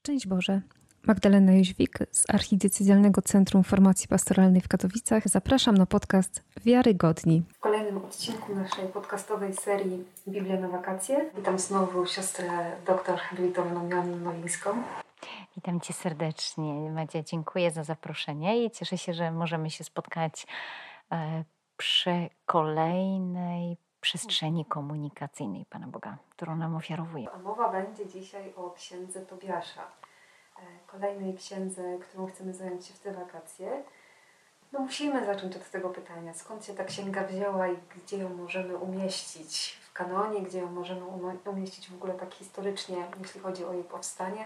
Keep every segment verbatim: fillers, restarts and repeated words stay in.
Szczęść Boże. Magdalena Jóźwik z Archidiecezjalnego Centrum Formacji Pastoralnej w Katowicach. Zapraszam na podcast Wiarygodni. W kolejnym odcinku naszej podcastowej serii Biblia na wakacje witam znowu siostrę dr habilitowaną Joannę Nowicką. Witam Cię serdecznie, Madzia. Dziękuję za zaproszenie i cieszę się, że możemy się spotkać przy kolejnej przestrzeni komunikacyjnej Pana Boga, którą nam ofiarowuje. A mowa będzie dzisiaj o księdze Tobiasza. Kolejnej księdze, którą chcemy zająć się w te wakacje. No musimy zacząć od tego pytania, skąd się ta księga wzięła i gdzie ją możemy umieścić w kanonie, gdzie ją możemy umieścić w ogóle tak historycznie, jeśli chodzi o jej powstanie.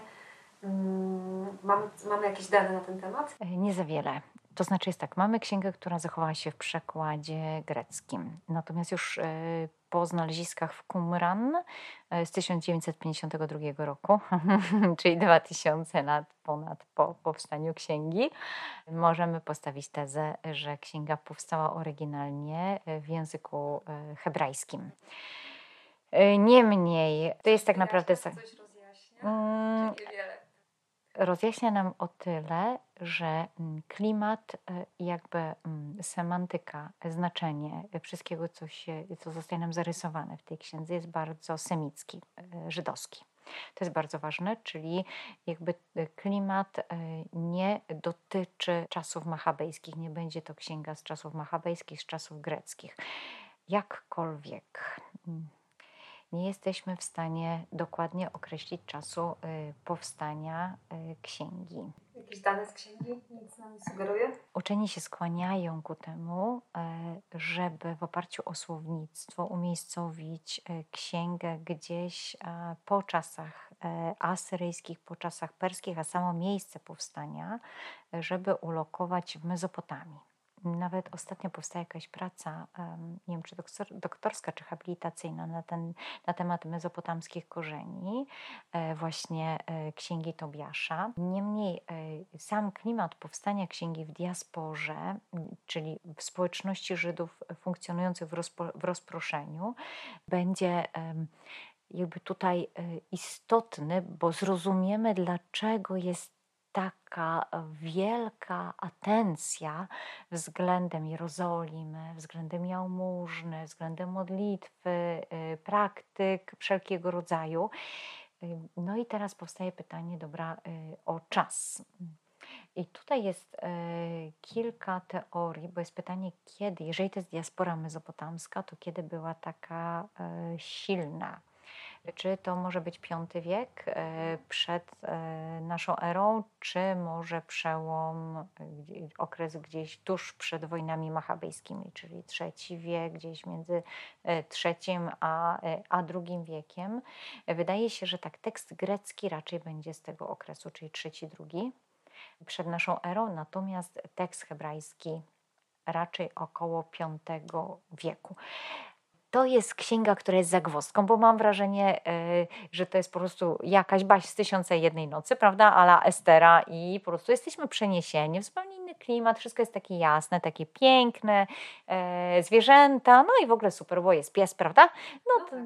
Mamy, mamy jakieś dane na ten temat? Nie za wiele. To znaczy jest tak, mamy księgę, która zachowała się w przekładzie greckim. Natomiast już po znaleziskach w Qumran z tysiąc dziewięćset pięćdziesiątego drugiego roku, czyli dwa tysiące lat ponad po powstaniu księgi, możemy postawić tezę, że księga powstała oryginalnie w języku hebrajskim. Niemniej, to jest tak naprawdę... Coś rozjaśnia? Czy niewiele? Rozjaśnia nam o tyle, że klimat, jakby semantyka, znaczenie wszystkiego, co, się, co zostaje nam zarysowane w tej księdze, jest bardzo semicki, żydowski. To jest bardzo ważne, czyli jakby klimat nie dotyczy czasów machabejskich, nie będzie to księga z czasów machabejskich, z czasów greckich. Jakkolwiek nie jesteśmy w stanie dokładnie określić czasu y, powstania y, księgi. Jakieś dane z księgi? Nic nam nie sugeruje? Uczeni się skłaniają ku temu, y, żeby w oparciu o słownictwo umiejscowić y, księgę gdzieś y, po czasach y, asyryjskich, po czasach perskich, a samo miejsce powstania, y, żeby ulokować w Mezopotamii. Nawet ostatnio powstała jakaś praca, nie wiem czy doktorska, czy habilitacyjna na, ten, na temat mezopotamskich korzeni, właśnie księgi Tobiasza. Niemniej sam klimat powstania księgi w diasporze, czyli w społeczności Żydów funkcjonujących w, rozpo, w rozproszeniu, będzie jakby tutaj istotny, bo zrozumiemy, dlaczego jest taka wielka atencja względem Jerozolimy, względem jałmużny, względem modlitwy, praktyk wszelkiego rodzaju. No i teraz powstaje pytanie, dobra, o czas. I tutaj jest kilka teorii, bo jest pytanie, kiedy, jeżeli to jest diaspora mezopotamska, to kiedy była taka silna? Czy to może być piąty wiek przed naszą erą, czy może przełom, okres gdzieś tuż przed wojnami machabejskimi, czyli trzeci wiek, gdzieś między trzecim a, a drugim wiekiem. Wydaje się, że tak tekst grecki raczej będzie z tego okresu, czyli trzeci, drugi przed naszą erą, natomiast tekst hebrajski raczej około piątego wieku. To jest księga, która jest zagwozdką, bo mam wrażenie, że to jest po prostu jakaś baśń z Tysiąca i jednej nocy, prawda, a la Estera i po prostu jesteśmy przeniesieni w zupełnie inny klimat, wszystko jest takie jasne, takie piękne, zwierzęta, no i w ogóle super, bo jest pies, prawda? No to,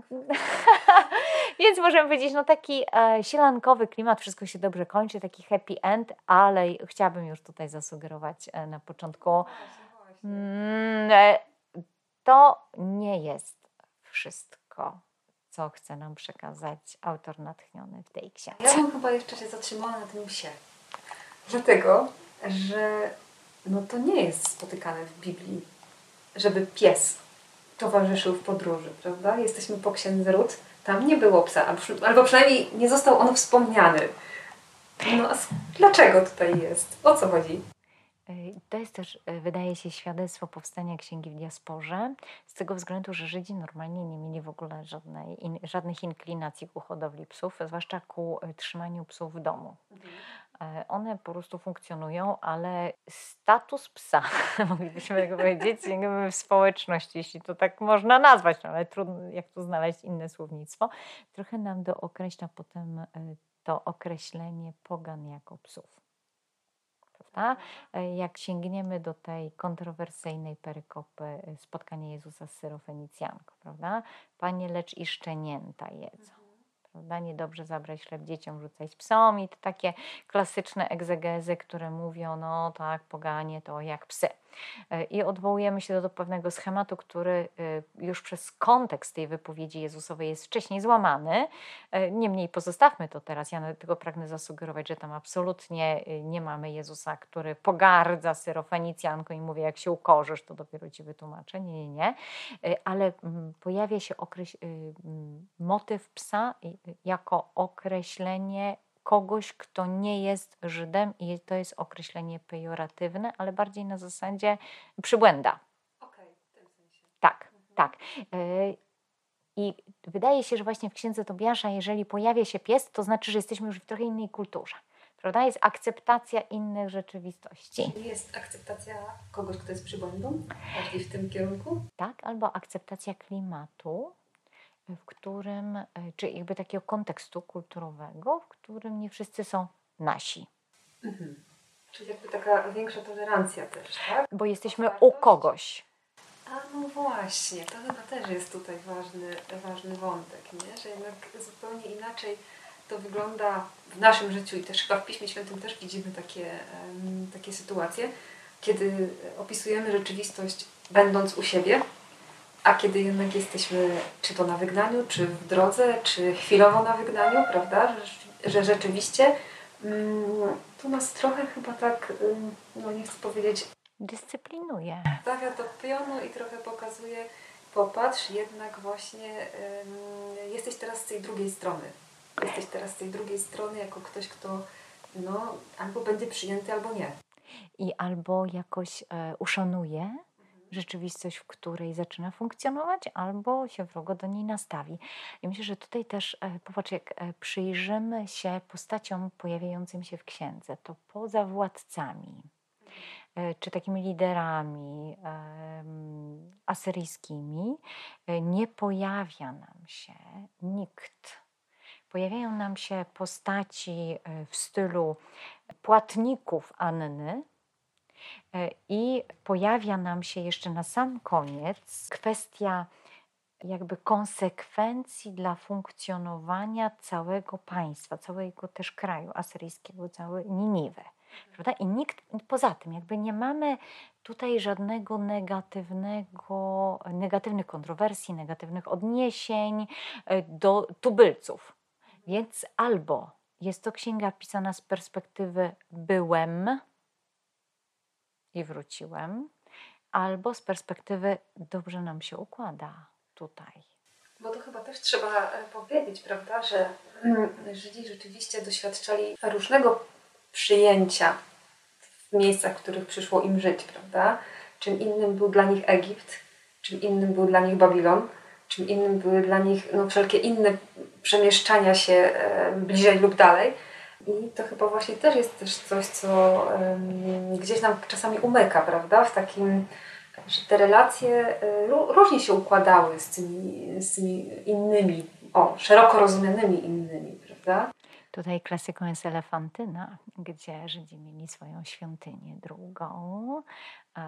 więc możemy powiedzieć, no taki sielankowy klimat, wszystko się dobrze kończy, taki happy end, ale chciałabym już tutaj zasugerować na początku, to nie jest wszystko, co chce nam przekazać autor natchniony w tej księdze. Ja bym chyba jeszcze się zatrzymała na tym psie. Dlatego, że no to nie jest spotykane w Biblii, żeby pies towarzyszył w podróży, prawda? Jesteśmy po księdze Rut, tam nie było psa, albo przynajmniej nie został on wspomniany. No a dlaczego tutaj jest? O co chodzi? To jest też, wydaje się, świadectwo powstania księgi w diasporze, z tego względu, że Żydzi normalnie nie mieli w ogóle żadnej, in, żadnych inklinacji ku hodowli psów, zwłaszcza ku trzymaniu psów w domu. Mhm. One po prostu funkcjonują, ale status psa, moglibyśmy tego powiedzieć, w społeczności, jeśli to tak można nazwać, no, ale trudno, jak tu znaleźć inne słownictwo, trochę nam dookreśla potem to określenie pogan jako psów. Prawda? Jak sięgniemy do tej kontrowersyjnej perykopy spotkania Jezusa z Syrofenicjanką, prawda? Panie, lecz i szczenięta jedzą. prawda? Niedobrze zabrać chleb dzieciom, rzucać psom i to takie klasyczne egzegezy, które mówią, no tak, poganie to jak psy. I odwołujemy się do, do pewnego schematu, który już przez kontekst tej wypowiedzi Jezusowej jest wcześniej złamany. Niemniej pozostawmy to teraz. Ja tylko pragnę zasugerować, że tam absolutnie nie mamy Jezusa, który pogardza Syrofenicjanką i mówi, jak się ukorzysz, to dopiero ci wytłumaczę. Nie, nie, nie. Ale pojawia się okreś- motyw psa jako określenie kogoś, kto nie jest Żydem i to jest określenie pejoratywne, ale bardziej na zasadzie przybłęda. Okej, w tym sensie. Tak, tak. I wydaje się, że właśnie w Księdze Tobiasza, jeżeli pojawia się pies, to znaczy, że jesteśmy już w trochę innej kulturze. Prawda? Jest akceptacja innych rzeczywistości. Czyli jest akceptacja kogoś, kto jest przybłędą? Bardziej w tym kierunku? Tak, albo akceptacja klimatu, w którym, czy jakby takiego kontekstu kulturowego, w którym nie wszyscy są nasi. Mhm. Czyli jakby taka większa tolerancja też, tak? Bo jesteśmy Otwartość? u kogoś. A no właśnie, to chyba też jest tutaj ważny, ważny wątek, nie? Że jednak zupełnie inaczej to wygląda w naszym życiu i też chyba w Piśmie Świętym też widzimy takie, um, takie sytuacje, kiedy opisujemy rzeczywistość będąc u siebie, a kiedy jednak jesteśmy czy to na wygnaniu, czy w drodze, czy chwilowo na wygnaniu, prawda? Że, że rzeczywiście um, to nas trochę chyba tak, um, no nie chcę powiedzieć, Dyscyplinuje. stawia do pionu i trochę pokazuje, popatrz, jednak właśnie ym, jesteś teraz z tej drugiej strony. Jesteś teraz z tej drugiej strony jako ktoś, kto no, albo będzie przyjęty, albo nie. I albo jakoś e, uszanuje rzeczywistość, w której zaczyna funkcjonować, albo się wrogo do niej nastawi. I myślę, że tutaj też, e, popatrz, jak e, przyjrzymy się postaciom pojawiającym się w księdze, to poza władcami, e, czy takimi liderami e, asyryjskimi, e, nie pojawia nam się nikt. Pojawiają nam się postaci e, w stylu płatników Anny, i pojawia nam się jeszcze na sam koniec kwestia jakby konsekwencji dla funkcjonowania całego państwa, całego też kraju asyryjskiego, całej Niniwy. Prawda? I nikt poza tym, jakby nie mamy tutaj żadnego negatywnego, negatywnych kontrowersji, negatywnych odniesień do tubylców. Więc albo jest to księga pisana z perspektywy byłem i wróciłem, albo z perspektywy dobrze nam się układa tutaj. Bo to chyba też trzeba powiedzieć, prawda, że Żydzi rzeczywiście doświadczali różnego przyjęcia w miejscach, w których przyszło im żyć, prawda? Czym innym był dla nich Egipt, czym innym był dla nich Babilon, czym innym były dla nich no, wszelkie inne przemieszczania się bliżej lub dalej. I to chyba właśnie też jest też coś, co um, gdzieś nam czasami umyka, prawda? W takim, że te relacje y, różnie się układały z tymi, z tymi innymi, o, szeroko rozumianymi innymi, prawda? Tutaj klasyką jest Elefantyna, gdzie Żydzi mieli swoją świątynię drugą e,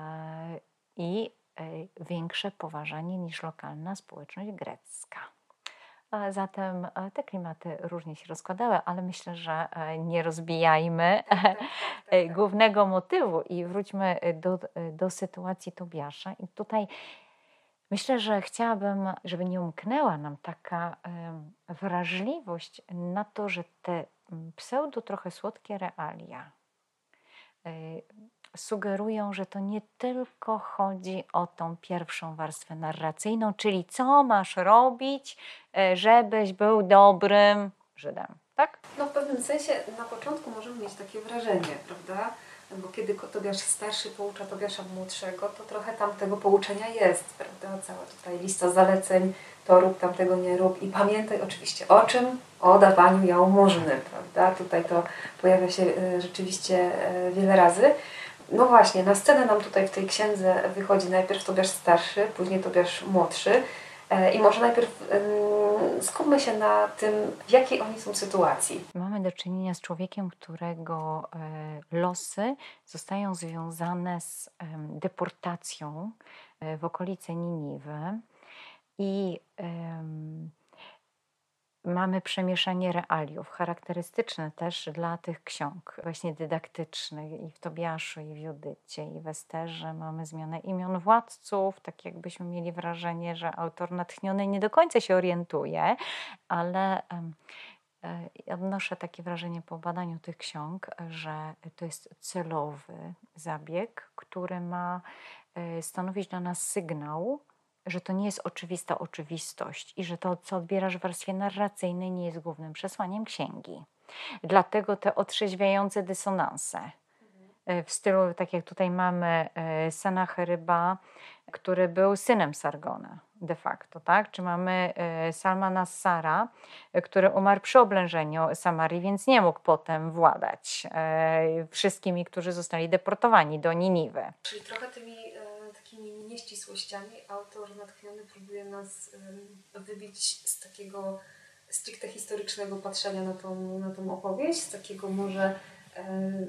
i e, większe poważanie niż lokalna społeczność grecka. Zatem te klimaty różnie się rozkładały, ale myślę, że nie rozbijajmy Tak, tak, tak, tak. głównego motywu i wróćmy do, do sytuacji Tobiasza. I tutaj myślę, że chciałabym, żeby nie umknęła nam taka wrażliwość na to, że te pseudo trochę słodkie realia sugerują, że to nie tylko chodzi o tą pierwszą warstwę narracyjną, czyli co masz robić, żebyś był dobrym Żydem, tak? No w pewnym sensie na początku możemy mieć takie wrażenie, prawda? Bo kiedy Tobiasz starszy poucza Tobiasza młodszego, to trochę tam tego pouczenia jest, prawda? Cała tutaj lista zaleceń, to rób, tamtego nie rób. I pamiętaj oczywiście o czym? O dawaniu jałmużny, prawda? Tutaj to pojawia się rzeczywiście wiele razy. No właśnie, na scenę nam tutaj w tej księdze wychodzi najpierw Tobiasz starszy, później Tobiasz młodszy. I może najpierw um, skupmy się na tym, w jakiej oni są sytuacji. Mamy do czynienia z człowiekiem, którego e, losy zostają związane z e, deportacją e, w okolice Niniwy i e, mamy przemieszanie realiów, charakterystyczne też dla tych ksiąg właśnie dydaktycznych i w Tobiaszu, i w Judycie, i w Esterze. Mamy zmianę imion władców, tak jakbyśmy mieli wrażenie, że autor natchniony nie do końca się orientuje, ale em, e, ja odnoszę takie wrażenie po badaniu tych ksiąg, że to jest celowy zabieg, który ma e, stanowić dla nas sygnał, że to nie jest oczywista oczywistość i że to, co odbierasz w warstwie narracyjnej, nie jest głównym przesłaniem księgi. Dlatego te otrzeźwiające dysonanse e, w stylu, tak jak tutaj mamy e, Senacheryba, który był synem Sargona de facto, tak? Czy mamy e, Salmana Assara, e, który umarł przy oblężeniu Samarii, więc nie mógł potem władać e, wszystkimi, którzy zostali deportowani do Niniwy. Czyli trochę tymi e, takimi nieścisłościami autor natchniony próbuje nas e, wybić z takiego stricte historycznego patrzenia na tą, na tą opowieść, z takiego może e,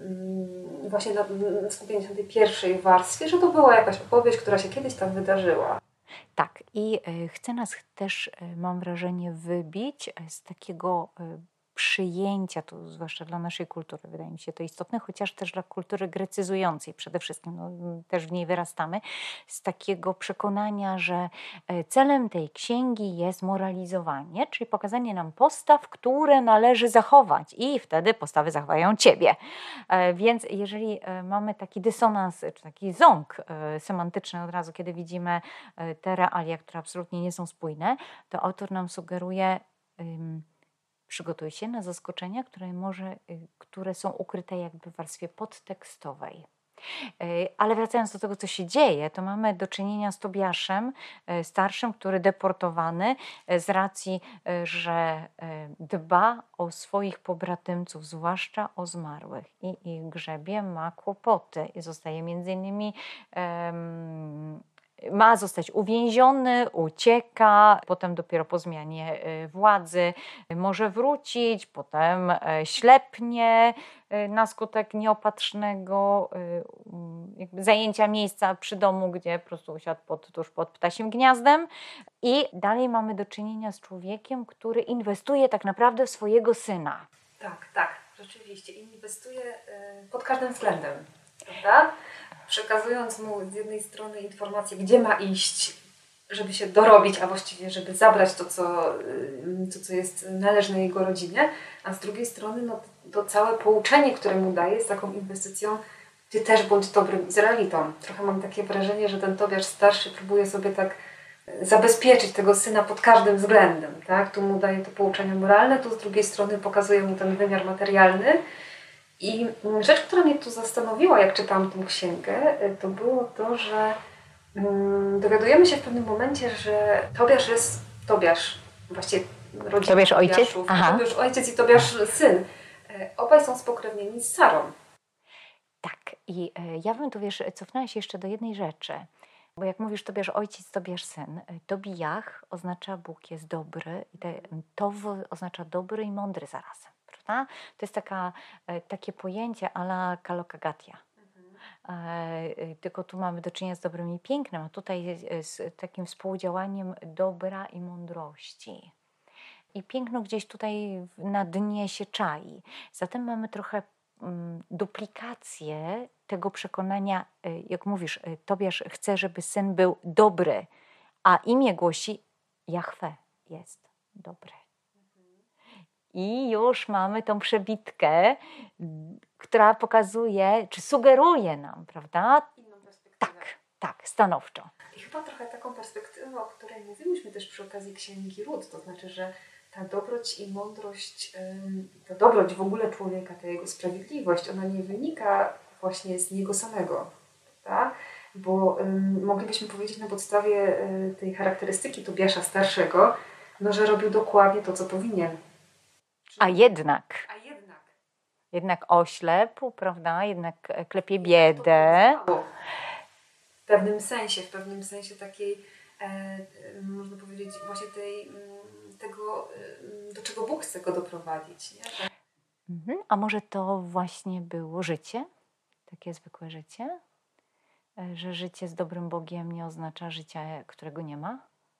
mm, właśnie na, na skupienia się na tej pierwszej warstwie, że to była jakaś opowieść, która się kiedyś tam wydarzyła. Tak, i e, chce nas też, e, mam wrażenie, wybić e, z takiego e, przyjęcia, to zwłaszcza dla naszej kultury, wydaje mi się to istotne, chociaż też dla kultury grecyzującej przede wszystkim, no, m, też w niej wyrastamy, z takiego przekonania, że e, celem tej księgi jest moralizowanie, czyli pokazanie nam postaw, które należy zachować i wtedy postawy zachowają ciebie. E, Więc jeżeli e, mamy taki dysonans, czy taki ząg e, semantyczny od razu, kiedy widzimy e, te realia, które absolutnie nie są spójne, to autor nam sugeruje, ym, przygotuj się na zaskoczenia, które, może, y, które są ukryte jakby w warstwie podtekstowej. Y, Ale wracając do tego, co się dzieje, to mamy do czynienia z Tobiaszem y, starszym, który deportowany y, z racji, y, że y, dba o swoich pobratymców, zwłaszcza o zmarłych, i ich grzebie ma kłopoty i zostaje między innymi em, ma zostać uwięziony, ucieka, potem dopiero po zmianie y, władzy y, może wrócić, potem y, ślepnie y, na skutek nieopatrznego y, um, jakby zajęcia miejsca przy domu, gdzie po prostu usiadł pod, tuż pod ptasim gniazdem. I dalej mamy do czynienia z człowiekiem, który inwestuje tak naprawdę w swojego syna. Tak, tak, rzeczywiście. Inwestuje e, pod każdym względem, prawda? Przekazując mu z jednej strony informację, gdzie ma iść, żeby się dorobić, a właściwie żeby zabrać to, co, y, to, co jest należne jego rodzinie, a z drugiej strony no, to całe pouczenie, które mu daje, jest taką inwestycją, ty też bądź dobrym Izraelitą. Trochę mam takie wrażenie, że ten Tobiasz starszy próbuje sobie tak zabezpieczyć tego syna pod każdym względem. Tak? Tu mu daje to pouczenie moralne, tu z drugiej strony pokazuje mu ten wymiar materialny. I rzecz, która mnie tu zastanowiła, jak czytałam tę księgę, to było to, że mm, dowiadujemy się w pewnym momencie, że Tobiasz jest Tobiasz, właściwie rodzina Tobiasz ojciec? Tobiaszów, Aha. Tobiasz ojciec i Tobiasz syn. E, Obaj są spokrewnieni z Sarą. Tak, i e, ja bym tu, wiesz, cofnęła się jeszcze do jednej rzeczy. Bo jak mówisz Tobiasz ojciec, Tobiasz syn, e, Tobijach oznacza Bóg jest dobry i te, Tow oznacza dobry i mądry zarazem, prawda? To jest taka, e, takie pojęcie a la Kalokagatia. E, e, tylko tu mamy do czynienia z dobrym i pięknem, a tutaj z, z takim współdziałaniem dobra i mądrości. I piękno gdzieś tutaj w- na dnie się czai. Zatem mamy trochę mm, duplikację tego przekonania, y, jak mówisz, y, Tobiasz chce, żeby syn był dobry, a imię głosi Jahwe jest dobry. I już mamy tą przebitkę, mm, która pokazuje, czy sugeruje nam, prawda? Inną perspektywę. Tak, tak, stanowczo. I chyba trochę taką perspektywę, o której mówiłyśmy też przy okazji Księgi Ród, to znaczy, że ta dobroć i mądrość, ym, ta dobroć w ogóle człowieka, ta jego sprawiedliwość, ona nie wynika właśnie z niego samego, prawda? Bo ym, moglibyśmy powiedzieć na podstawie y, tej charakterystyki Tobiasza starszego, no, że robił dokładnie to, co powinien. A jednak, A jednak. jednak oślepł, prawda? Jednak e, klepie To biedę. było. W pewnym sensie, w pewnym sensie takiej, e, e, można powiedzieć, właśnie tej, mm, tego, e, do czego Bóg chce go doprowadzić. Nie? Że Mhm. A może to właśnie było życie? Takie zwykłe życie? E, Że życie z dobrym Bogiem nie oznacza życia, którego nie ma? Mhm.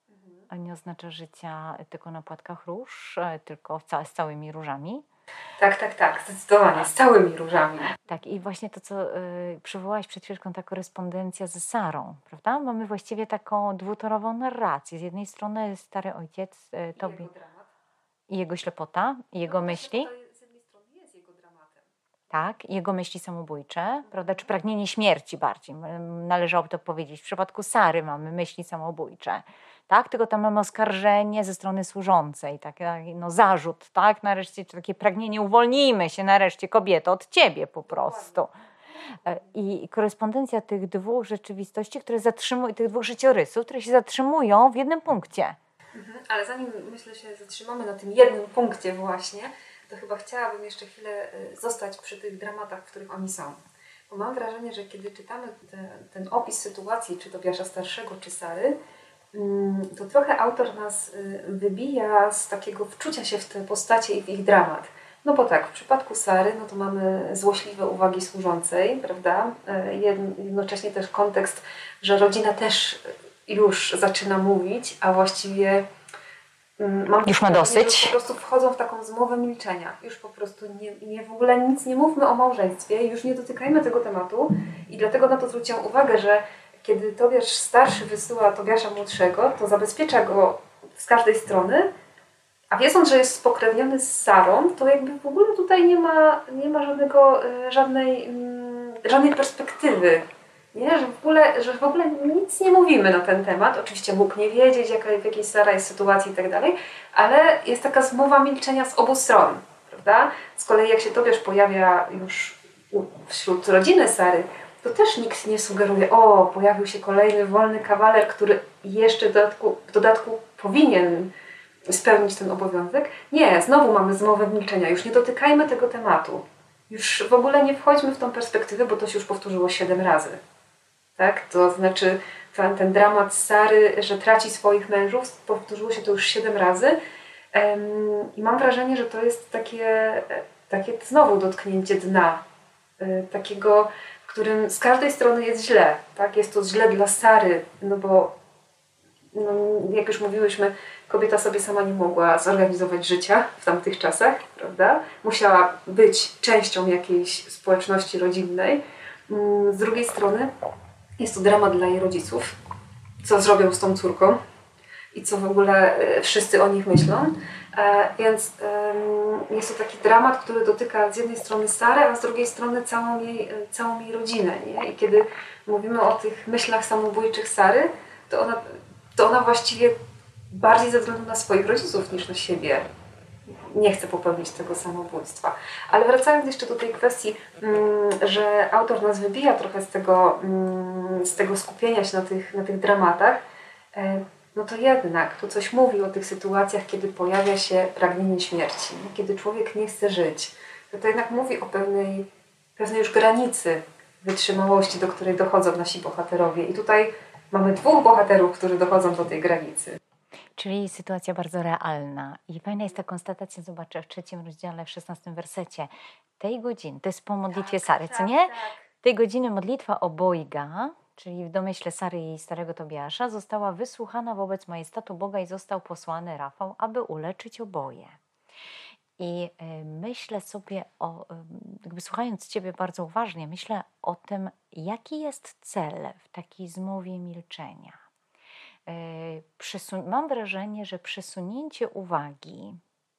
nie oznacza życia tylko na płatkach róż, e, tylko ca- z całymi różami. Tak, tak, tak, zdecydowanie, z całymi różami. Tak, i właśnie to, co y, przywołałaś przed chwilką, ta korespondencja ze Sarą, prawda? Mamy właściwie taką dwutorową narrację. Z jednej strony stary ojciec y, I tobie jego dramat. i jego ślepota, i jego No, ta myśli, ślepota jest- z jednej strony jest jego dramatem. tak, i jego myśli samobójcze, prawda? Czy pragnienie śmierci bardziej, m, należałoby to powiedzieć. W przypadku Sary mamy myśli samobójcze, tak? Tylko tam mamy oskarżenie ze strony służącej, tak, no zarzut, tak? Nareszcie czy takie pragnienie, uwolnijmy się nareszcie kobieto od ciebie po prostu. E, I korespondencja tych dwóch rzeczywistości, które zatrzymują, tych dwóch życiorysów, które się zatrzymują w jednym punkcie. Mhm. Ale zanim, myślę, się zatrzymamy na tym jednym punkcie właśnie, to chyba chciałabym jeszcze chwilę y, zostać przy tych dramatach, w których oni są. Bo mam wrażenie, że kiedy czytamy te, ten opis sytuacji, czy Tobiasza starszego, czy Sary, mm, to trochę autor nas y, wybija z takiego wczucia się w te postacie i w ich dramat. No bo tak, w przypadku Sary, no to mamy złośliwe uwagi służącej, prawda? E, Jedn- Jednocześnie też kontekst, że rodzina też już zaczyna mówić, a właściwie mm, mam Już ma wrażenie, dosyć. że po prostu wchodzą w taką zmowę milczenia. Już po prostu nie, nie w ogóle nic nie mówmy o małżeństwie, już nie dotykajmy tego tematu i dlatego na to zwróciłam uwagę, że kiedy Tobiasz starszy wysyła Tobiasza młodszego, to zabezpiecza go z każdej strony, a wiedząc, że jest spokrewniony z Sarą, to jakby w ogóle tutaj nie ma, nie ma żadnego, y, żadnej, mm, żadnej perspektywy. Nie? Że, w ogóle, że w ogóle nic nie mówimy na ten temat. Oczywiście mógł nie wiedzieć, jaka, w jakiej Sara jest sytuacji i tak dalej, ale jest taka zmowa milczenia z obu stron. Prawda? Z kolei jak się Tobiasz pojawia już u- wśród rodziny Sary, to też nikt nie sugeruje, o, pojawił się kolejny wolny kawaler, który jeszcze w dodatku, w dodatku powinien spełnić ten obowiązek. Nie, znowu mamy zmowę milczenia. Już nie dotykajmy tego tematu. Już w ogóle nie wchodźmy w tą perspektywę, bo to się już powtórzyło siedem razy. Tak? To znaczy ten, ten dramat Sary, że traci swoich mężów, powtórzyło się to już siedem razy. Em, I mam wrażenie, że to jest takie, takie znowu dotknięcie dna. Y, takiego, w którym z każdej strony jest źle. Tak? Jest to źle dla Sary, no bo no, jak już mówiłyśmy, kobieta sobie sama nie mogła zorganizować życia w tamtych czasach, prawda? Musiała być częścią jakiejś społeczności rodzinnej. Mm, Z drugiej strony jest to dramat dla jej rodziców, co zrobią z tą córką i co w ogóle e, wszyscy o nich myślą. E, Więc em, jest to taki dramat, który dotyka z jednej strony Sarę, a z drugiej strony całą jej, e, całą jej rodzinę. Nie? I kiedy mówimy o tych myślach samobójczych Sary, to ona, to ona właściwie bardziej ze względu na swoich rodziców niż na siebie nie chce popełnić tego samobójstwa. Ale wracając jeszcze do tej kwestii, mm, że autor nas wybija trochę z tego, mm, z tego skupienia się na tych, na tych dramatach, e, no to jednak tu coś mówi o tych sytuacjach, kiedy pojawia się pragnienie śmierci, nie? Kiedy człowiek nie chce żyć. To, to jednak mówi o pewnej, pewnej już granicy wytrzymałości, do której dochodzą nasi bohaterowie. I tutaj mamy dwóch bohaterów, którzy dochodzą do tej granicy. Czyli sytuacja bardzo realna. I fajna jest ta konstatacja, zobaczę w trzecim rozdziale, w szesnastym wersecie. Tej godziny, to jest po modlitwie Sary, co nie? Tej godziny modlitwa obojga, czyli w domyśle Sary i starego Tobiasza, została wysłuchana wobec majestatu Boga i został posłany Rafał, aby uleczyć oboje. I y, myślę sobie o, y, jakby słuchając Ciebie bardzo uważnie, myślę o tym, jaki jest cel w takiej zmowie milczenia. Y, przesu- mam wrażenie, że przesunięcie uwagi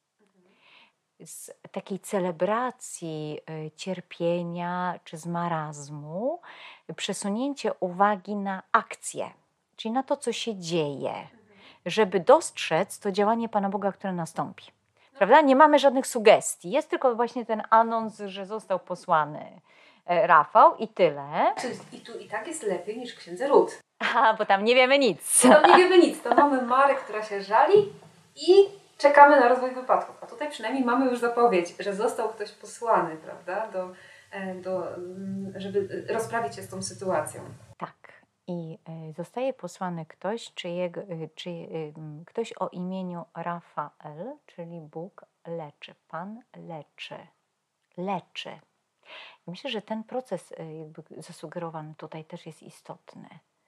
z takiej celebracji y, cierpienia czy z marazmu, przesunięcie uwagi na akcję, czyli na to, co się dzieje, żeby dostrzec to działanie Pana Boga, które nastąpi. Prawda? Nie mamy żadnych sugestii. Jest tylko właśnie ten anons, że został posłany e, Rafał i tyle. I tu i tak jest lepiej niż w księdze Rut. Aha, bo tam nie wiemy nic. Bo tam nie wiemy nic. To mamy Marę, która się żali i czekamy na rozwój wypadków. A tutaj przynajmniej mamy już zapowiedź, że został ktoś posłany, prawda, do, e, do, mm, żeby rozprawić się z tą sytuacją. Tak. I y, zostaje posłany ktoś, czy jego, y, czy, y, m, ktoś o imieniu Rafael, czyli Bóg leczy. Pan leczy. Leczy. I myślę, że ten proces y, jakby zasugerowany tutaj też jest istotny.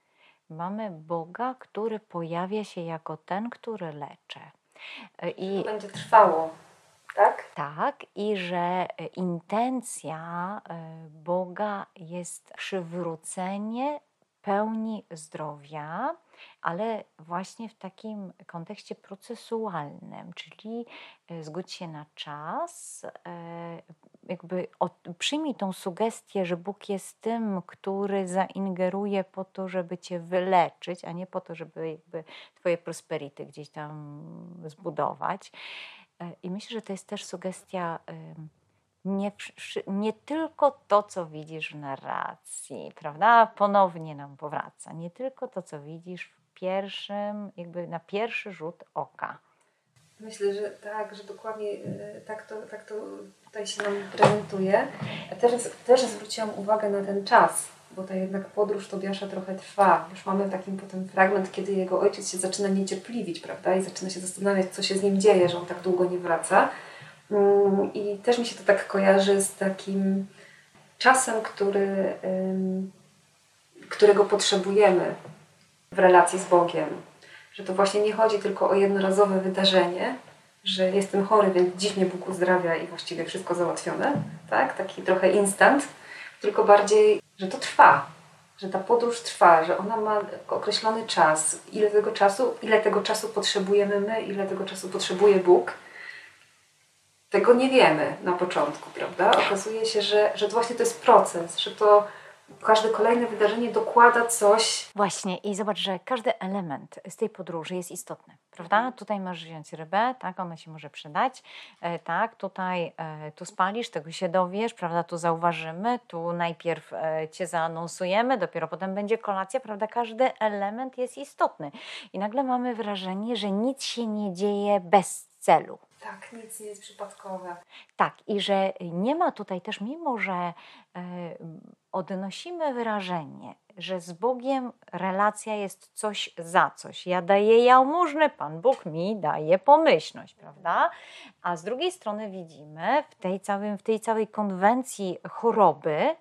Mamy Boga, który pojawia się jako ten, który leczy. E, To I będzie trwało, tak? tak, i że e, intencja e, Boga jest przywrócenie pełni zdrowia, ale właśnie w takim kontekście procesualnym, czyli e, zgódź się na czas, e, jakby od, przyjmij tą sugestię, że Bóg jest tym, który zaingeruje po to, żeby cię wyleczyć, a nie po to, żeby jakby twoje prosperity gdzieś tam zbudować. E, I myślę, że to jest też sugestia ym, nie, wszy- nie tylko to, co widzisz w narracji, prawda? Ponownie nam powraca. Nie tylko to, co widzisz w pierwszym, jakby na pierwszy rzut oka. Myślę, że tak, że dokładnie e, tak to, tak to tutaj się nam prezentuje. Też, też zwróciłam uwagę na ten czas, bo ta jednak podróż Tobiasza trochę trwa. Już mamy taki potem fragment, kiedy jego ojciec się zaczyna niecierpliwić, prawda? I zaczyna się zastanawiać, co się z nim dzieje, że on tak długo nie wraca. Mm, I też mi się to tak kojarzy z takim czasem, który, ym, którego potrzebujemy w relacji z Bogiem. Że to właśnie nie chodzi tylko o jednorazowe wydarzenie, że jestem chory, więc dziś mnie Bóg uzdrawia i właściwie wszystko załatwione, tak? Taki trochę instant, tylko bardziej, że to trwa, że ta podróż trwa, że ona ma określony czas. Ile tego czasu, ile tego czasu potrzebujemy my, ile tego czasu potrzebuje Bóg, tego nie wiemy na początku, prawda? Okazuje się, że, że to właśnie to jest proces, że to każde kolejne wydarzenie dokłada coś. Właśnie i zobacz, że każdy element z tej podróży jest istotny, prawda? Mhm. Tutaj masz wziąć rybę, tak, ona się może przydać, e, tak, tutaj e, tu spalisz, tego się dowiesz, prawda, tu zauważymy, tu najpierw e, Cię zaanonsujemy, dopiero potem będzie kolacja, prawda? Każdy element jest istotny i nagle mamy wrażenie, że nic się nie dzieje bez celu. Tak, nic nie jest przypadkowe. Tak, i że nie ma tutaj też, mimo że e, odnosimy wrażenie, że z Bogiem relacja jest coś za coś. Ja daję jałmużnę, Pan Bóg mi daje pomyślność, prawda? A z drugiej strony widzimy w tej, całym, w tej całej konwencji choroby,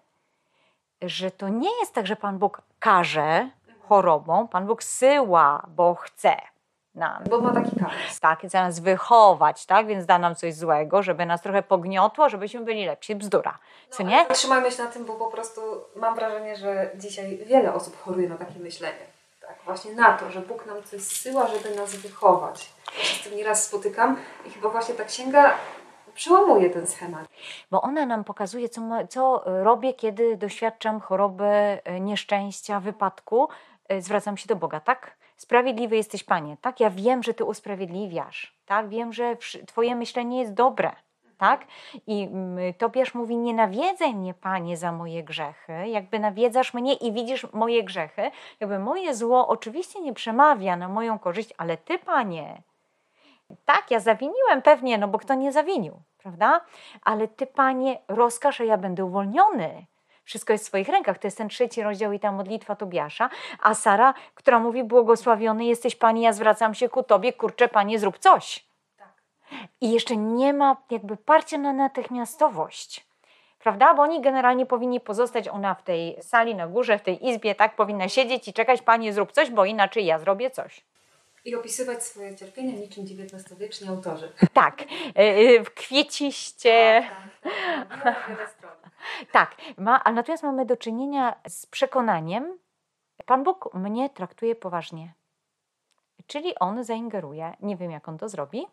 że to nie jest tak, że Pan Bóg karze chorobą, Pan Bóg syła, bo chce nam. Bo ma taki kaprys. Tak, chce nas wychować, tak? Więc da nam coś złego, żeby nas trochę pogniotło, żebyśmy byli lepsi. Bzdura, co nie? Trzymajmy się na tym, bo po prostu mam wrażenie, że dzisiaj wiele osób choruje na takie myślenie. Tak, właśnie na to, że Bóg nam coś zsyła, żeby nas wychować. Ja się z tym nieraz spotykam i chyba właśnie ta księga przełamuje ten schemat. Bo ona nam pokazuje, co, ma, co robię, kiedy doświadczam choroby, e, nieszczęścia, wypadku. E, Zwracam się do Boga, tak? Sprawiedliwy jesteś, Panie, tak? Ja wiem, że Ty usprawiedliwiasz, tak? Wiem, że wszy- Twoje myślenie jest dobre, tak? I mm, Tobiasz mówi, nie nawiedzaj mnie, Panie, za moje grzechy. Jakby nawiedzasz mnie i widzisz moje grzechy. Jakby moje zło oczywiście nie przemawia na moją korzyść, ale Ty, Panie, tak, ja zawiniłem pewnie, no bo kto nie zawinił, prawda? Ale Ty, Panie, rozkaż, a ja będę uwolniony. Wszystko jest w Twoich rękach. To jest ten trzeci rozdział i ta modlitwa Tobiasza. A Sara, która mówi, błogosławiony jesteś, Panie, ja zwracam się ku Tobie, kurczę, Panie, zrób coś. Tak. I jeszcze nie ma jakby parcia na natychmiastowość. Prawda? Bo oni generalnie powinni pozostać, ona w tej sali na górze, w tej izbie, tak, powinna siedzieć i czekać, Panie, zrób coś, bo inaczej ja zrobię coś. I opisywać swoje cierpienia niczym dziewiętnastowieczni autorzy. Tak, yy, kwieciście. Tak, tak, tak. Wiele, wiele stron. Tak, ma, ale natomiast mamy do czynienia z przekonaniem, Pan Bóg mnie traktuje poważnie. Czyli On zaingeruje. Nie wiem, jak On to zrobi,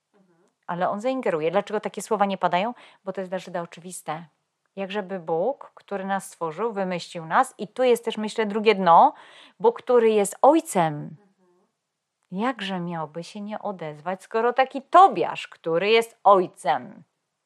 ale On zaingeruje. Dlaczego takie słowa nie padają? Bo to jest dla Żyda oczywiste. Jakżeby Bóg, który nas stworzył, wymyślił nas i tu jest też, myślę, drugie dno, Bóg, który jest Ojcem. Jakże miałby się nie odezwać, skoro taki Tobiasz, który jest Ojcem,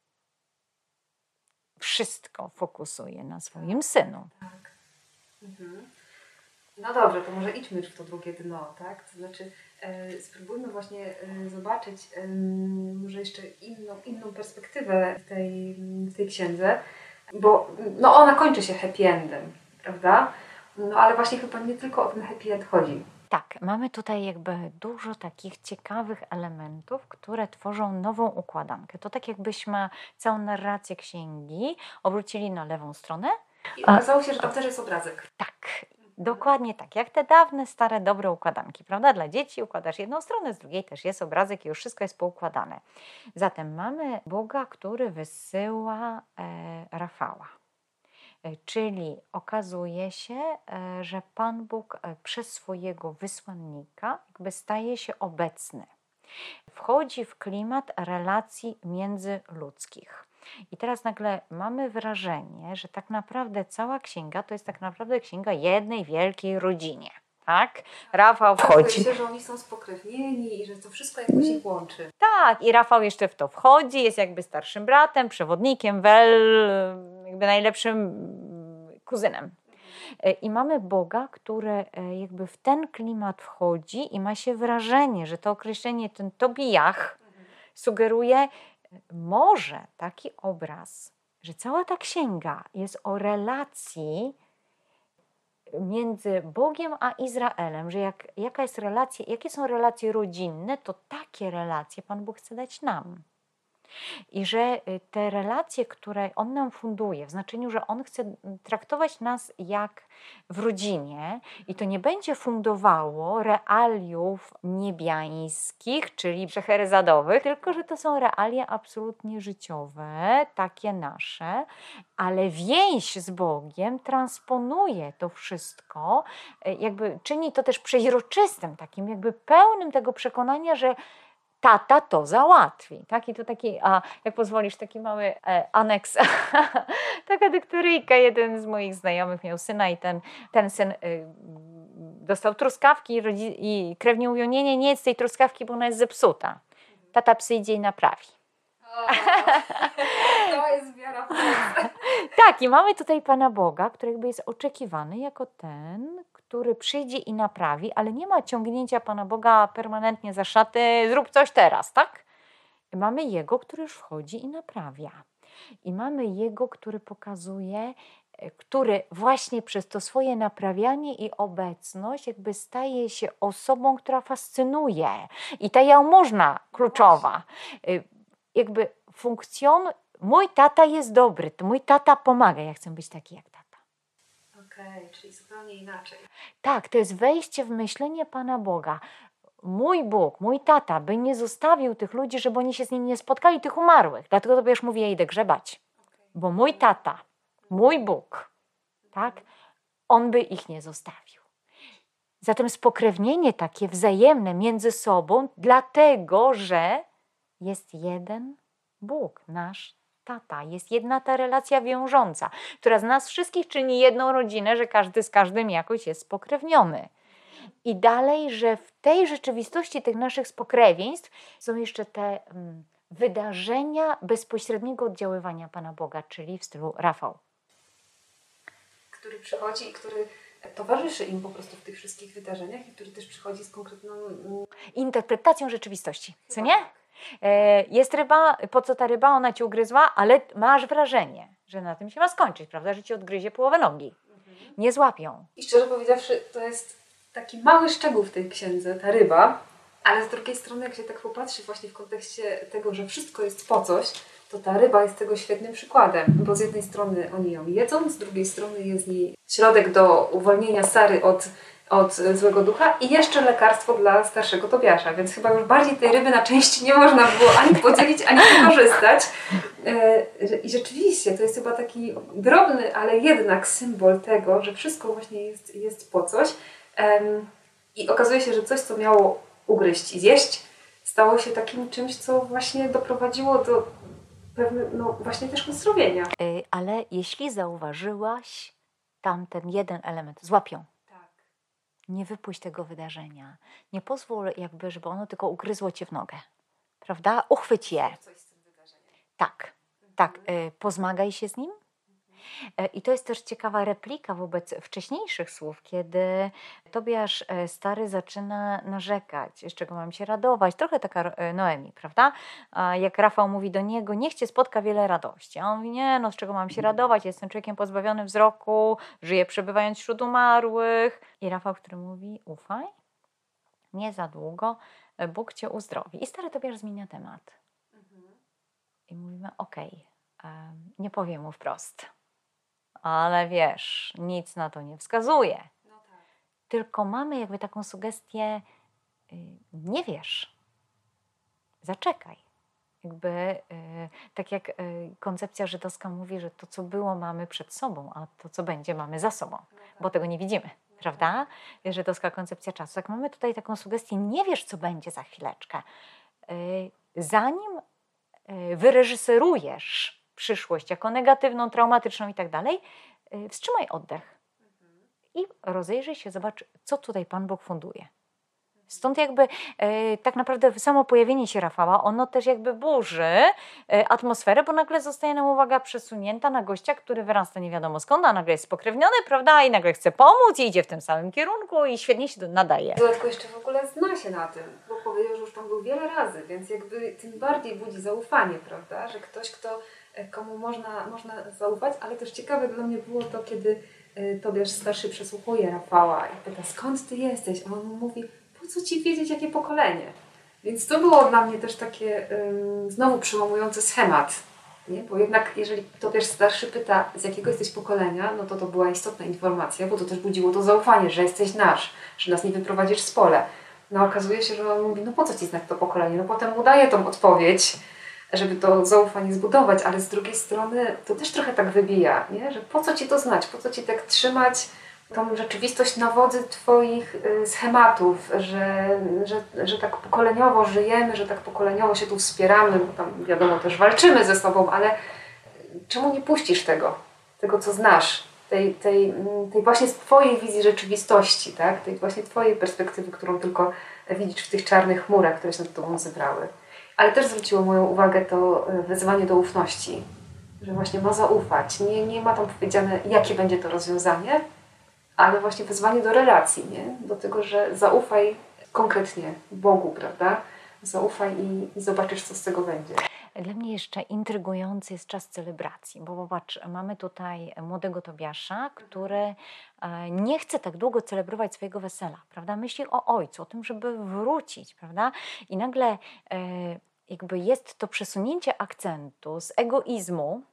wszystko fokusuje na swoim synu. Tak. Mhm. No dobrze, to może idźmy już w to drugie dno, tak? To znaczy e, spróbujmy właśnie e, zobaczyć e, może jeszcze inną, inną perspektywę w tej, w tej księdze, bo no ona kończy się happy endem, prawda? No ale właśnie chyba nie tylko o ten happy end chodzi. Tak, mamy tutaj jakby dużo takich ciekawych elementów, które tworzą nową układankę. To tak jakbyśmy całą narrację księgi obrócili na lewą stronę. I okazało się, że tam też jest obrazek. Tak. Dokładnie tak, jak te dawne, stare, dobre układanki, prawda? Dla dzieci układasz jedną stronę, z drugiej też jest obrazek i już wszystko jest poukładane. Zatem mamy Boga, który wysyła e, Rafała. E, Czyli okazuje się, e, że Pan Bóg e, przez swojego wysłannika jakby staje się obecny. Wchodzi w klimat relacji międzyludzkich. I teraz nagle mamy wrażenie, że tak naprawdę cała księga to jest tak naprawdę księga jednej wielkiej rodzinie. Tak? Rafał Okazuje wchodzi. się, że oni są spokrewnieni i że to wszystko jakoś ich łączy. Tak, i Rafał jeszcze w to wchodzi, jest jakby starszym bratem, przewodnikiem, wel, jakby najlepszym kuzynem. I mamy Boga, który jakby w ten klimat wchodzi i ma się wrażenie, że to określenie, ten Tobiach sugeruje może taki obraz, że cała ta księga jest o relacji między Bogiem a Izraelem, że jak, jaka jest relacja, jakie są relacje rodzinne, to takie relacje Pan Bóg chce dać nam. I że te relacje, które On nam funduje, w znaczeniu, że On chce traktować nas jak w rodzinie i to nie będzie fundowało realiów niebiańskich, czyli przecherezadowych, tylko że to są realia absolutnie życiowe, takie nasze, ale więź z Bogiem transponuje to wszystko, jakby czyni to też przeźroczystym, takim jakby pełnym tego przekonania, że tata to załatwi. Tak? I to taki, a jak pozwolisz, taki mały e, aneks, taka dyktoryjka. Jeden z moich znajomych miał syna i ten, ten syn y, dostał truskawki i, rodzi, i krewnie mówią, nie, nie, nie jedz tej truskawki, bo ona jest zepsuta. Tata przyjdzie i naprawi. O, to jest wiara w Boga. Tak, i mamy tutaj Pana Boga, który jakby jest oczekiwany jako ten, który przyjdzie i naprawi, ale nie ma ciągnięcia Pana Boga permanentnie za szaty, zrób coś teraz, tak? Mamy Jego, który już wchodzi i naprawia. I mamy Jego, który pokazuje, który właśnie przez to swoje naprawianie i obecność jakby staje się osobą, która fascynuje. I ta jałmużna kluczowa. Jakby funkcjon... Mój tata jest dobry, to mój tata pomaga, ja chcę być taki jak tata. Okej, okay, czyli zupełnie inaczej. Tak, to jest wejście w myślenie Pana Boga. Mój Bóg, mój tata by nie zostawił tych ludzi, żeby oni się z nim nie spotkali, tych umarłych. Dlatego tobie już mówię, ja idę grzebać. Okay. Bo mój tata, mój Bóg, tak, on by ich nie zostawił. Zatem spokrewnienie takie wzajemne między sobą, dlatego, że jest jeden Bóg, nasz tata. Jest jedna ta relacja wiążąca, która z nas wszystkich czyni jedną rodzinę, że każdy z każdym jakoś jest spokrewniony. I dalej, że w tej rzeczywistości tych naszych spokrewieństw są jeszcze te um, wydarzenia bezpośredniego oddziaływania Pana Boga, czyli w stylu Rafał. Który przychodzi i który towarzyszy im po prostu w tych wszystkich wydarzeniach i który też przychodzi z konkretną interpretacją rzeczywistości, co Chyba nie? tak. Jest ryba, po co ta ryba, ona ci ugryzła, ale masz wrażenie, że na tym się ma skończyć, prawda, że ci odgryzie połowę nogi. Mhm. Nie złapią. I szczerze powiedziawszy, to jest taki mały szczegół w tej księdze, ta ryba, ale z drugiej strony, jak się tak popatrzy właśnie w kontekście tego, że wszystko jest po coś, to ta ryba jest tego świetnym przykładem, bo z jednej strony oni ją jedzą, z drugiej strony jest jej środek do uwolnienia Sary od od złego ducha i jeszcze lekarstwo dla starszego Tobiasza, więc chyba już bardziej tej ryby na części nie można było ani podzielić, ani wykorzystać. I rzeczywiście to jest chyba taki drobny, ale jednak symbol tego, że wszystko właśnie jest, jest po coś. I okazuje się, że coś, co miało ugryźć i zjeść, stało się takim czymś, co właśnie doprowadziło do pewnego, no właśnie też uzdrowienia. Ale jeśli zauważyłaś tamten jeden element, złapią. Nie wypuść tego wydarzenia. Nie pozwól jakby, żeby ono tylko ugryzło cię w nogę. Prawda? Uchwyć je. Coś z tym wydarzeniem. Tak, mhm. tak. Y, pozmagaj się z nim. Y, I to jest też ciekawa replika wobec wcześniejszych słów, kiedy Tobiasz y, stary zaczyna narzekać, z czego mam się radować. Trochę taka y, Noemi, prawda? A jak Rafał mówi do niego, niech cię spotka wiele radości. A on mówi, nie no, z czego mam się radować? Jestem człowiekiem pozbawionym wzroku, żyję przebywając wśród umarłych. I Rafał, który mówi, ufaj, nie za długo, Bóg cię uzdrowi. I stary Tobiasz zmienia temat. Mhm. I mówimy, okej, okay, nie powiem mu wprost. Ale wiesz, nic na to nie wskazuje. No tak. tylko mamy jakby taką sugestię, y, nie wiesz, zaczekaj. Jakby y, tak jak y, koncepcja żydowska mówi, że to, co było, mamy przed sobą, a to, co będzie, mamy za sobą, bo tego nie widzimy, prawda? Żydowska koncepcja czasu. Tak mamy tutaj taką sugestię, nie wiesz, co będzie za chwileczkę. Y, zanim y, wyreżyserujesz przyszłość jako negatywną, traumatyczną i tak dalej, y, wstrzymaj oddech i rozejrzyj się, zobacz, co tutaj Pan Bóg funduje. Stąd jakby e, tak naprawdę samo pojawienie się Rafała, ono też jakby burzy e, atmosferę, bo nagle zostaje nam uwaga przesunięta na gościa, który wyrasta nie wiadomo skąd, a nagle jest spokrewniony, prawda, i nagle chce pomóc i idzie w tym samym kierunku i świetnie się to nadaje. Dodatkowo jeszcze w ogóle zna się na tym, bo powiedział, że już tam był wiele razy, więc jakby tym bardziej budzi zaufanie, prawda, że ktoś, kto, komu można, można zaufać, ale też ciekawe dla mnie było to, kiedy Tobiasz starszy przesłuchuje Rafała i pyta, skąd ty jesteś? A on mu mówi, po co ci wiedzieć, jakie pokolenie? Więc to było dla mnie też takie um, znowu przełamujący schemat. Nie? Bo jednak jeżeli Tobiasz starszy pyta, z jakiego jesteś pokolenia, no to to była istotna informacja, bo to też budziło to zaufanie, że jesteś nasz, że nas nie wyprowadzisz z pola. No okazuje się, że on mówi, no po co ci znać to pokolenie? No potem mu daje tą odpowiedź, żeby to zaufanie zbudować, ale z drugiej strony to też trochę tak wybija, nie? Że po co ci to znać, po co ci tak trzymać tą rzeczywistość na wodzy twoich y, schematów, że, że, że tak pokoleniowo żyjemy, że tak pokoleniowo się tu wspieramy, bo tam wiadomo też walczymy ze sobą, ale czemu nie puścisz tego, tego co znasz, tej, tej, tej właśnie twojej wizji rzeczywistości, tak? Tej właśnie twojej perspektywy, którą tylko widzisz w tych czarnych chmurach, które się nad tobą zebrały. Ale też zwróciło moją uwagę to wezwanie do ufności, że właśnie ma zaufać. Nie, nie ma tam powiedziane, jakie będzie to rozwiązanie, ale właśnie wezwanie do relacji, nie? Do tego, że zaufaj konkretnie Bogu, prawda? Zaufaj i, i zobaczysz, co z tego będzie. Dla mnie jeszcze intrygujący jest czas celebracji, bo popatrz, mamy tutaj młodego Tobiasza, który nie chce tak długo celebrować swojego wesela, prawda? Myśli o ojcu, o tym, żeby wrócić, prawda? I nagle jakby jest to przesunięcie akcentu z egoizmu,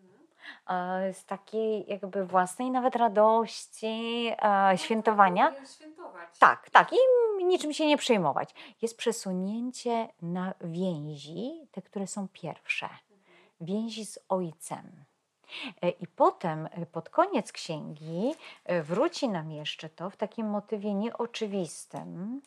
z takiej jakby własnej nawet radości, świętowania. Tak, tak. I niczym się nie przejmować. Jest przesunięcie na więzi, te, które są pierwsze. Więzi z ojcem. I potem pod koniec księgi wróci nam jeszcze to w takim motywie nieoczywistym,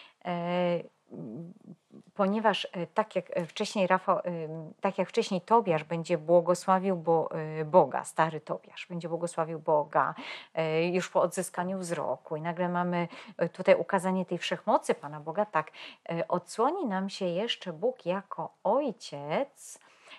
ponieważ tak jak wcześniej Rafał, tak jak wcześniej Tobiasz będzie błogosławił Bo, Boga, stary Tobiasz będzie błogosławił Boga już po odzyskaniu wzroku i nagle mamy tutaj ukazanie tej wszechmocy Pana Boga, tak odsłoni nam się jeszcze Bóg jako Ojciec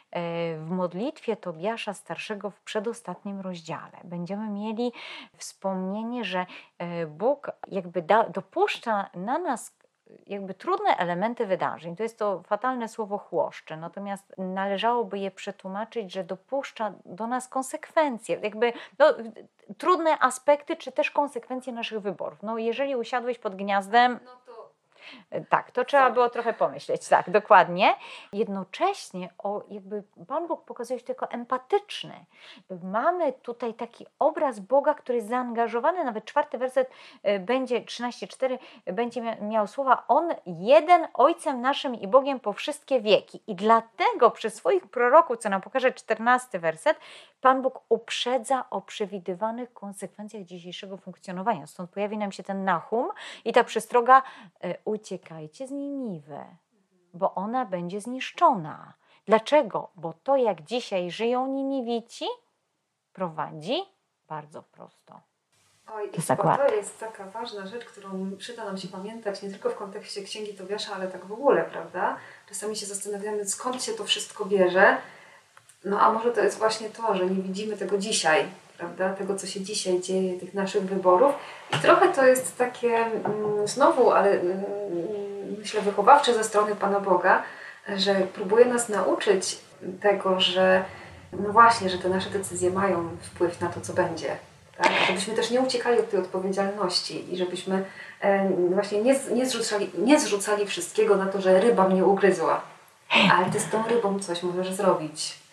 w modlitwie Tobiasza starszego w przedostatnim rozdziale. Będziemy mieli wspomnienie, że Bóg jakby da, dopuszcza na nas jakby trudne elementy wydarzeń. To jest to fatalne słowo chłoszczy, natomiast należałoby je przetłumaczyć, że dopuszcza do nas konsekwencje, jakby no, trudne aspekty, czy też konsekwencje naszych wyborów. No, jeżeli usiadłeś pod gniazdem, no to tak, to trzeba było trochę pomyśleć, tak, dokładnie. Jednocześnie o, jakby Pan Bóg pokazuje się tylko empatyczny. Mamy tutaj taki obraz Boga, który jest zaangażowany, nawet czwarty werset będzie, trzynaście cztery, będzie miał słowa, On jeden Ojcem naszym i Bogiem po wszystkie wieki. I dlatego przez swoich proroków, co nam pokaże czternasty werset, Pan Bóg uprzedza o przewidywanych konsekwencjach dzisiejszego funkcjonowania. Stąd pojawi nam się ten Nahum i ta przestroga, uciekajcie z Niniwy, bo ona będzie zniszczona. Dlaczego? Bo to, jak dzisiaj żyją Niniwici, prowadzi bardzo prosto. Oj, i to jest taka ważna rzecz, którą przyda nam się pamiętać nie tylko w kontekście Księgi Tobiasza, ale tak w ogóle, prawda? Czasami się zastanawiamy, skąd się to wszystko bierze. No a może to jest właśnie to, że nie widzimy tego dzisiaj, prawda? Tego, co się dzisiaj dzieje, tych naszych wyborów. I trochę to jest takie mm, znowu, ale mm, myślę wychowawcze ze strony Pana Boga, że próbuje nas nauczyć tego, że no właśnie, że te nasze decyzje mają wpływ na to, co będzie. Tak? Żebyśmy też nie uciekali od tej odpowiedzialności i żebyśmy e, właśnie nie, nie, zrzucali, nie zrzucali wszystkiego na to, że ryba mnie ugryzła. Ale ty z tą rybą coś możesz zrobić.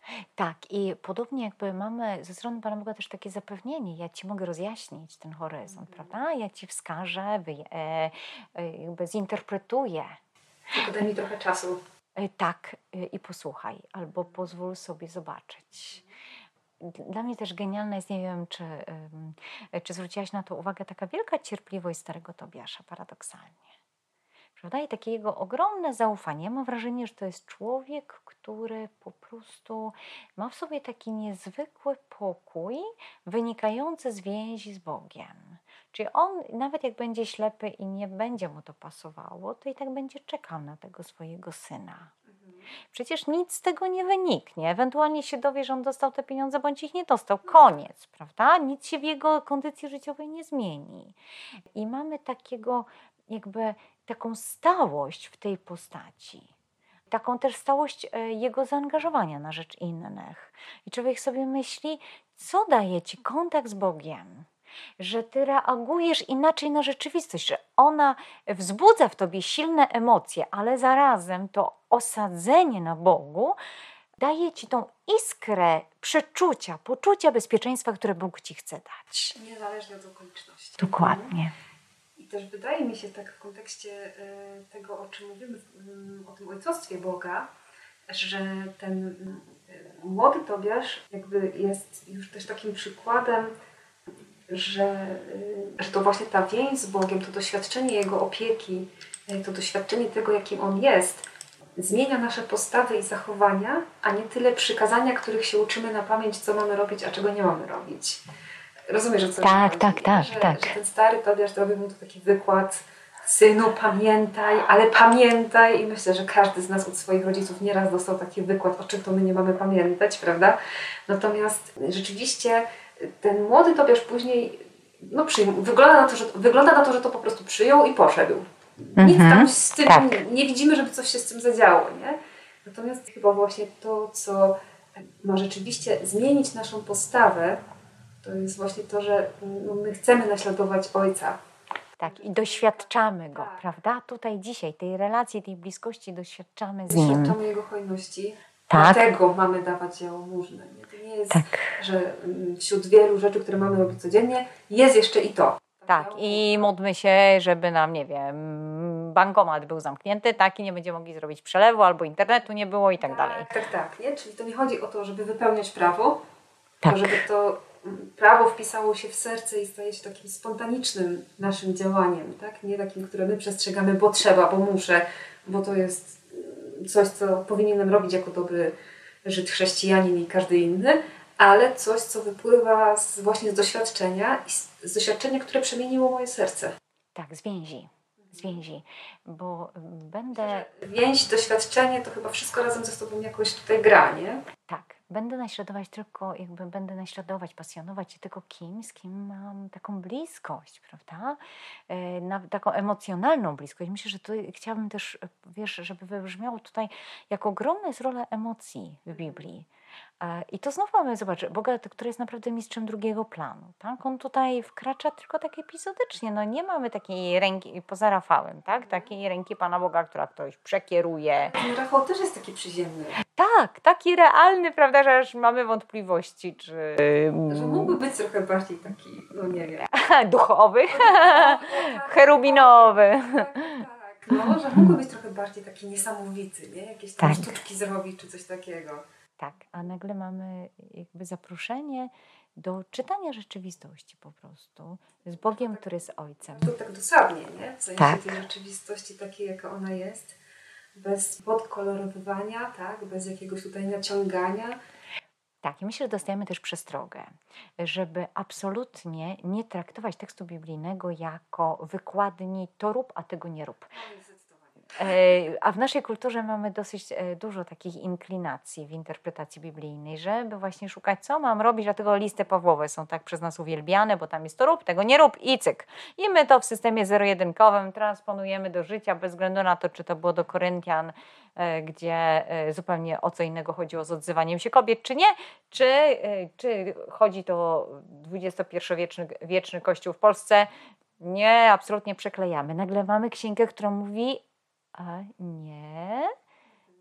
Tak, i podobnie jakby mamy ze strony Pana Boga też takie zapewnienie, ja Ci mogę rozjaśnić ten horyzont, Mhm. prawda? Ja Ci wskażę, wyje- e, e, jakby zinterpretuję. Tylko daj mi trochę czasu. E, Tak, e, i posłuchaj, albo pozwól sobie zobaczyć. Dla mnie też genialna jest, nie wiem, czy, ym, czy zwróciłaś na to uwagę, taka wielka cierpliwość starego Tobiasza, paradoksalnie. Prawda? I takie jego ogromne zaufanie. Ja mam wrażenie, że to jest człowiek, który po prostu ma w sobie taki niezwykły pokój wynikający z więzi z Bogiem. Czyli on, nawet jak będzie ślepy i nie będzie mu to pasowało, to i tak będzie czekał na tego swojego syna. Przecież nic z tego nie wyniknie. Ewentualnie się dowie, że on dostał te pieniądze, bądź ich nie dostał. Koniec, prawda? Nic się w jego kondycji życiowej nie zmieni. I mamy takiego, jakby taką stałość w tej postaci. Taką też stałość e, jego zaangażowania na rzecz innych. I człowiek sobie myśli, co daje ci kontakt z Bogiem? Że ty reagujesz inaczej na rzeczywistość, że ona wzbudza w tobie silne emocje, ale zarazem to osadzenie na Bogu daje ci tą iskrę przeczucia, poczucia bezpieczeństwa, które Bóg ci chce dać. Niezależnie od okoliczności. Dokładnie. I też wydaje mi się tak w kontekście y, tego, o czym mówimy, y, o tym ojcostwie Boga, że ten y, młody Tobiasz jakby jest już też takim przykładem, że, y, że to właśnie ta więź z Bogiem, to doświadczenie Jego opieki, y, to doświadczenie tego, jakim On jest, zmienia nasze postawy i zachowania, a nie tyle przykazania, których się uczymy na pamięć, co mamy robić, a czego nie mamy robić. Rozumiesz, o co Tak, chodzi? tak, tak, że, tak. że ten stary Tobiasz robił mu tu taki wykład: synu, pamiętaj, ale pamiętaj. I myślę, że każdy z nas od swoich rodziców nieraz dostał taki wykład, o czym to my nie mamy pamiętać, prawda? Natomiast rzeczywiście ten młody Tobiasz później no, przyjm- wygląda, na to, że, wygląda na to, że to po prostu przyjął i poszedł. Nic Mhm, tam z tym, tak. nie, nie widzimy, żeby coś się z tym zadziało, nie? Natomiast chyba właśnie to, co ma rzeczywiście zmienić naszą postawę, to jest właśnie to, że no, my chcemy naśladować Ojca. Tak, i doświadczamy Go, Tak. prawda? Tutaj dzisiaj, tej relacji, tej bliskości doświadczamy z Nim. Doświadczamy Jego hojności. Tak. Dlatego mamy dawać jałmużnę. Nie? To nie jest, Tak. że mm, wśród wielu rzeczy, które mamy robić codziennie, jest jeszcze i to. Tak, i módlmy się, żeby nam, nie wiem, bankomat był zamknięty, tak, i nie będziemy mogli zrobić przelewu, albo internetu nie było i tak dalej. Tak, tak, tak. Nie? Czyli to nie chodzi o to, żeby wypełniać prawo, Tak. to żeby to mm, prawo wpisało się w serce i staje się takim spontanicznym naszym działaniem, tak? Nie takim, które my przestrzegamy, bo trzeba, bo muszę, bo to jest mm, coś, co powinienem robić jako dobry Żyd, chrześcijanin i każdy inny, ale coś, co wypływa z, właśnie z doświadczenia i z, z doświadczenia, które przemieniło moje serce. Tak, z więzi, z więzi, bo będę, Więź, doświadczenie, to chyba wszystko razem ze sobą jakoś tutaj gra, nie? tak, będę naśladować tylko, jakby będę naśladować, pasjonować się tylko kim, z kim mam taką bliskość, prawda? E, na, taką emocjonalną bliskość. Myślę, że tu chciałabym też, wiesz, żeby wybrzmiało tutaj, jak ogromna jest rola emocji w Biblii. E, I to znowu mamy, zobacz, Boga, który jest naprawdę mistrzem drugiego planu. Tak? On tutaj wkracza tylko tak epizodycznie. No nie mamy takiej ręki, poza Rafałem, tak? Takiej ręki Pana Boga, która ktoś przekieruje. Ten Rafał też jest taki przyziemny. Tak, taki realny, prawda, że aż mamy wątpliwości, czy... Że mógłby być trochę bardziej taki, no nie wiem. duchowy, cherubinowy. Tak, tak. No, że mógłby być trochę bardziej taki niesamowity, nie? Jakieś tam Tak. sztuczki zrobić, czy coś takiego. Tak, a nagle mamy jakby zaproszenie do czytania rzeczywistości po prostu z Bogiem, który jest Ojcem. To tak dosadnie, nie? W sensie Tak. tej rzeczywistości takiej, jaka ona jest. Bez podkolorowywania, tak? Bez jakiegoś tutaj naciągania. Tak, i myślę, że dostajemy też przestrogę, żeby absolutnie nie traktować tekstu biblijnego jako wykładni to rób, a tego nie rób. E, A w naszej kulturze mamy dosyć e, dużo takich inklinacji w interpretacji biblijnej, żeby właśnie szukać, co mam robić, dlatego listy Pawłowe są tak przez nas uwielbiane, bo tam jest to rób, tego nie rób i cyk. I my to w systemie zero-jedynkowym transponujemy do życia, bez względu na to, czy to było do Koryntian, e, gdzie e, zupełnie o co innego chodziło z odzywaniem się kobiet, czy nie, czy, e, czy chodzi to o dwudziestopierwowieczny wieczny Kościół w Polsce. Nie, absolutnie przeklejamy. Nagle mamy księgę, która mówi: a nie,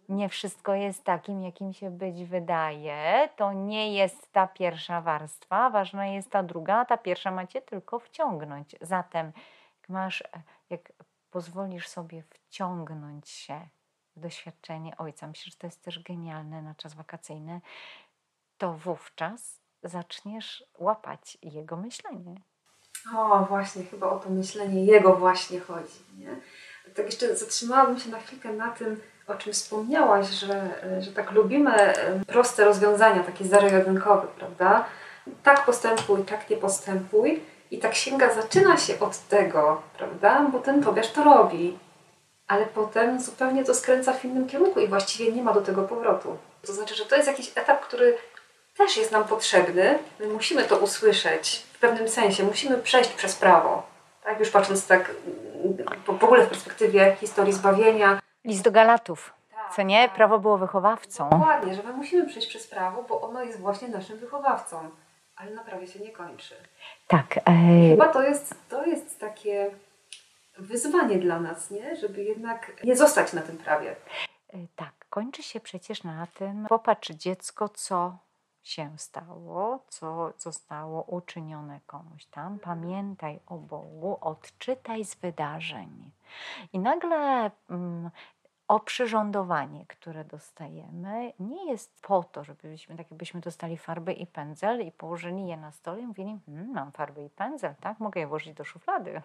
Nie wszystko jest takim, jakim się być wydaje. To nie jest ta pierwsza warstwa, ważna jest ta druga, a ta pierwsza macie tylko wciągnąć. Zatem jak masz, jak pozwolisz sobie wciągnąć się w doświadczenie Ojca, myślę, że to jest też genialne na czas wakacyjny, to wówczas zaczniesz łapać Jego myślenie. O, właśnie, chyba o to myślenie Jego właśnie chodzi, nie? Tak jeszcze zatrzymałabym się na chwilkę na tym, o czym wspomniałaś, że, że tak lubimy proste rozwiązania, takie zero-jedynkowe, prawda? Tak postępuj, tak nie postępuj. I ta księga zaczyna się od tego, prawda? Bo ten Tobiasz to robi. Ale potem zupełnie to skręca w innym kierunku i właściwie nie ma do tego powrotu. To znaczy, że to jest jakiś etap, który też jest nam potrzebny. My musimy to usłyszeć w pewnym sensie. Musimy przejść przez prawo. Tak? Już patrząc tak w ogóle w perspektywie historii zbawienia. List do Galatów, Tak, co nie? tak. Prawo było wychowawcą. Dokładnie, że my musimy przejść przez prawo, bo ono jest właśnie naszym wychowawcą. Ale na prawie się nie kończy. Tak. E... Chyba to jest, to jest takie wyzwanie dla nas, nie? Żeby jednak nie zostać na tym prawie. Tak, kończy się przecież na tym, popatrz dziecko, co się stało, co zostało uczynione komuś tam, pamiętaj o Bogu, odczytaj z wydarzeń. I nagle mm, oprzyrządowanie, które dostajemy, nie jest po to, żebyśmy, tak jakbyśmy dostali farbę i pędzel i położyli je na stole i mówili, hm, mam farbę i pędzel, tak, mogę je włożyć do szuflady.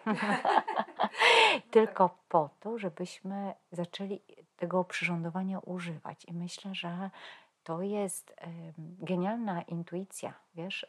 Tylko po to, żebyśmy zaczęli tego oprzyrządowania używać. I myślę, że to jest y, genialna intuicja, wiesz, y,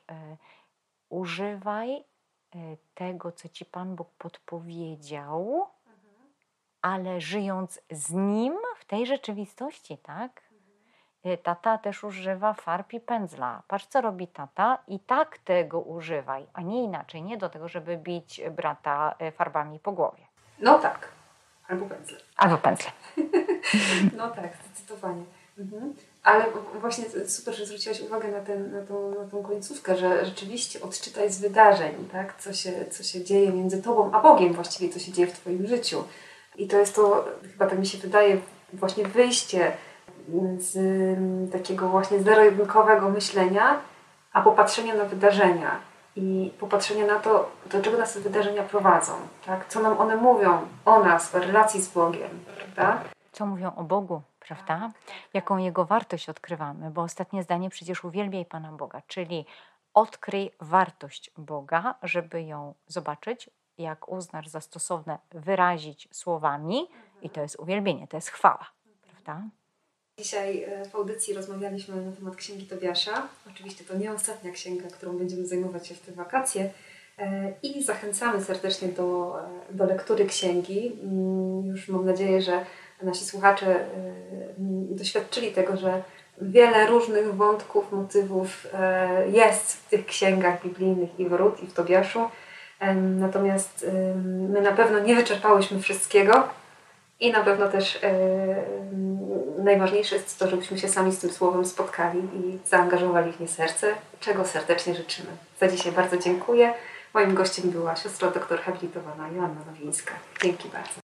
używaj y, tego, co Ci Pan Bóg podpowiedział, ale żyjąc z Nim w tej rzeczywistości, tak? Y, Tata też używa farb i pędzla. Patrz, co robi tata i tak tego używaj, a nie inaczej, nie do tego, żeby bić brata y, farbami po głowie. No tak. Albo pędzle. Albo pędzle. No tak, zdecydowanie. Mhm. Ale właśnie super, że zwróciłaś uwagę na, ten, na, tą, na tą końcówkę, że rzeczywiście odczytaj z wydarzeń, tak? co, się, co się dzieje między Tobą a Bogiem właściwie, co się dzieje w Twoim życiu. I to jest to, chyba tak mi się wydaje, właśnie wyjście z takiego właśnie zero-jedynkowego myślenia, a popatrzenia na wydarzenia i popatrzenia na to, do czego nas te wydarzenia prowadzą, tak? Co nam one mówią o nas, o relacji z Bogiem, prawda? Co mówią o Bogu, prawda? Jaką Jego wartość odkrywamy, bo ostatnie zdanie przecież uwielbiaj Pana Boga, czyli odkryj wartość Boga, żeby ją zobaczyć, jak uznasz za stosowne, wyrazić słowami i to jest uwielbienie, to jest chwała, prawda? Dzisiaj w audycji rozmawialiśmy na temat Księgi Tobiasza. Oczywiście to nie ostatnia księga, którą będziemy zajmować się w te wakacje. I zachęcamy serdecznie do, do lektury księgi. Już mam nadzieję, że nasi słuchacze doświadczyli tego, że wiele różnych wątków, motywów jest w tych księgach biblijnych i w Rut, i w Tobiaszu. Natomiast my na pewno nie wyczerpałyśmy wszystkiego i na pewno też najważniejsze jest to, żebyśmy się sami z tym słowem spotkali i zaangażowali w nie serce, czego serdecznie życzymy. Za dzisiaj bardzo dziękuję. Moim gościem była siostra doktor habilitowana Joanna Nowińska. Dzięki bardzo.